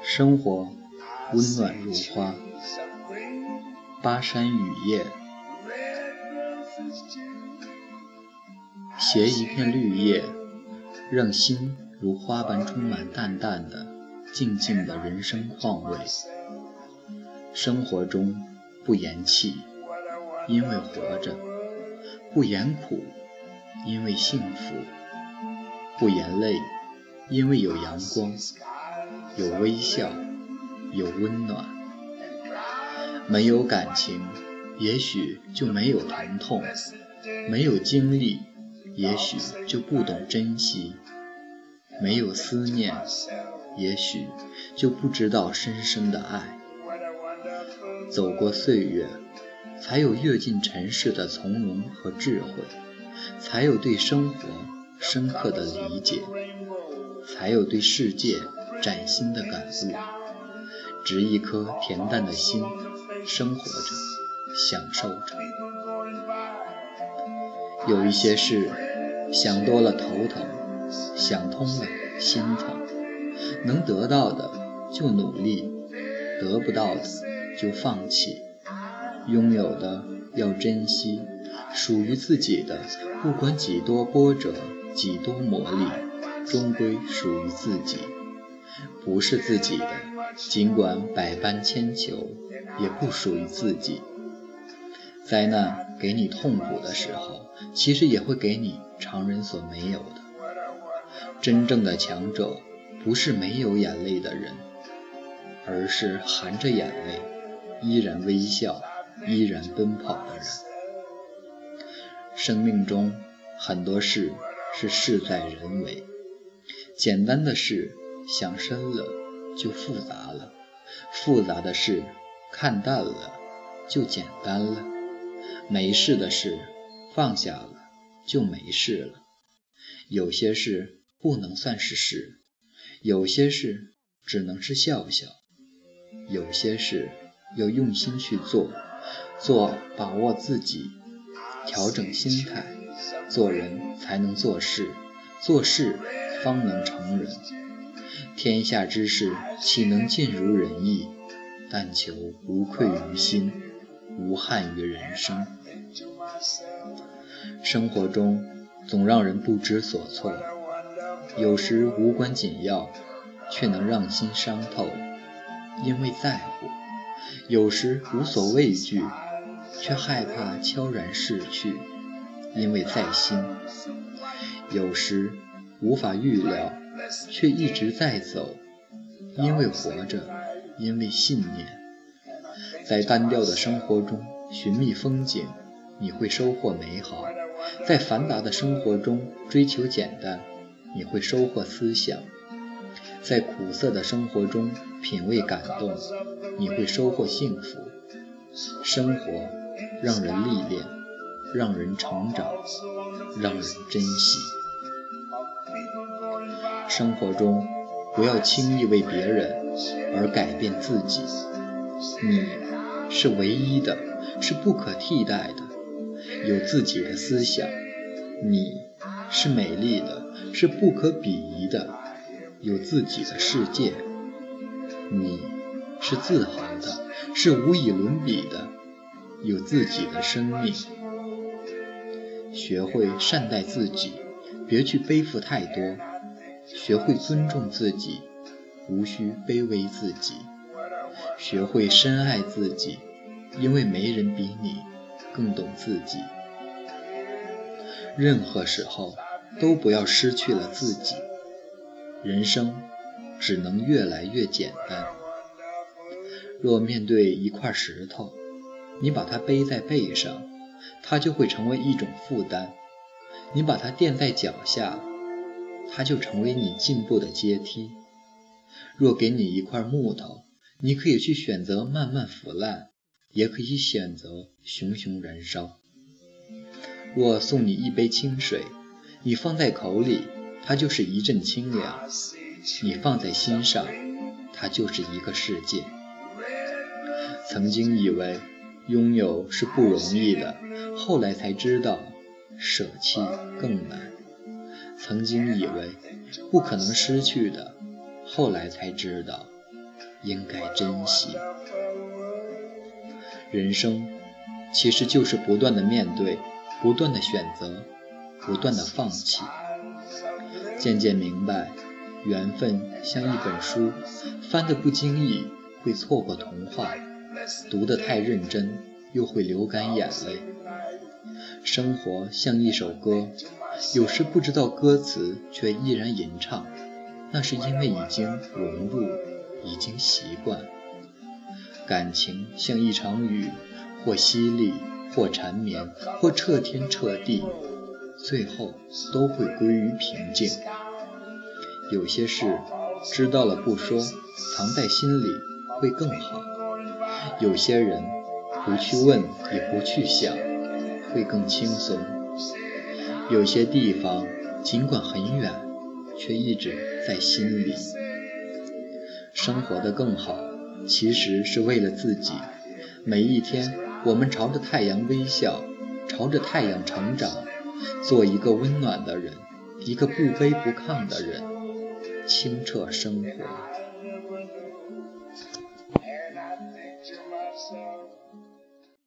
生活温暖如花，巴山雨夜，携一片绿叶，让心如花般充满淡淡的、静静的人生况味。生活中不言弃，因为活着；不言苦，因为幸福；不言泪，因为有阳光，有微笑，有温暖。没有感情，也许就没有疼痛；没有经历，也许就不懂珍惜；没有思念，也许就不知道深深的爱。走过岁月，才有阅尽尘世的从容和智慧，才有对生活深刻的理解，才有对世界崭新的感悟。执一颗恬淡的心，生活着，享受着。有一些事想多了头疼，想通了心疼。能得到的就努力，得不到的就放弃。拥有的要珍惜，属于自己的，不管几多波折，几多磨砺，终归属于自己。不是自己的，尽管百般千求，也不属于自己。灾难给你痛苦的时候，其实也会给你常人所没有的。真正的强者，不是没有眼泪的人，而是含着眼泪，依然微笑，依然奔跑的人。生命中很多事是事在人为，简单的事想深了就复杂了，复杂的事看淡了就简单了，没事的事放下了就没事了。有些事不能算是事，有些事只能是笑笑，有些事要用心去做，把握自己，调整心态，做人才能做事，做事方能成人。天下之事岂能尽如人意，但求无愧于心，无憾于人生。生活中总让人不知所措，有时无关紧要，却能让心伤透，因为在乎；有时无所畏惧，却害怕悄然逝去，因为在心；有时无法预料，却一直在走，因为活着，因为信念。在单调的生活中寻觅风景，你会收获美好；在繁杂的生活中追求简单，你会收获思想；在苦涩的生活中品味感动，你会收获幸福。生活让人历练，让人成长，让人珍惜。生活中不要轻易为别人而改变自己，你是唯一的，是不可替代的，有自己的思想；你是美丽的，是不可比拟的，有自己的世界；你是自豪的，是无以伦比的，有自己的生命。学会善待自己，别去背负太多；学会尊重自己，无需卑微自己；学会深爱自己，因为没人比你更懂自己。任何时候都不要失去了自己，人生只能越来越简单。若面对一块石头，你把它背在背上，它就会成为一种负担；你把它垫在脚下，它就成为你进步的阶梯。若给你一块木头，你可以去选择慢慢腐烂，也可以选择熊熊燃烧。若送你一杯清水，你放在口里，它就是一阵清凉；你放在心上，它就是一个世界。曾经以为拥有是不容易的，后来才知道舍弃更难。曾经以为不可能失去的，后来才知道应该珍惜。人生其实就是不断的面对，不断的选择，不断的放弃。渐渐明白，缘分像一本书，翻得不经意会错过童话，读得太认真又会流干眼泪。生活像一首歌，有时不知道歌词却依然吟唱，那是因为已经融入，已经习惯。感情像一场雨，或淅沥，或缠绵，或彻天彻地，最后都会归于平静。有些事知道了不说，藏在心里会更好。有些人不去问也不去想，会更轻松。有些地方尽管很远，却一直在心里。生活得更好，其实是为了自己。每一天我们朝着太阳微笑，朝着太阳成长，做一个温暖的人，一个不卑不亢的人，清澈生活。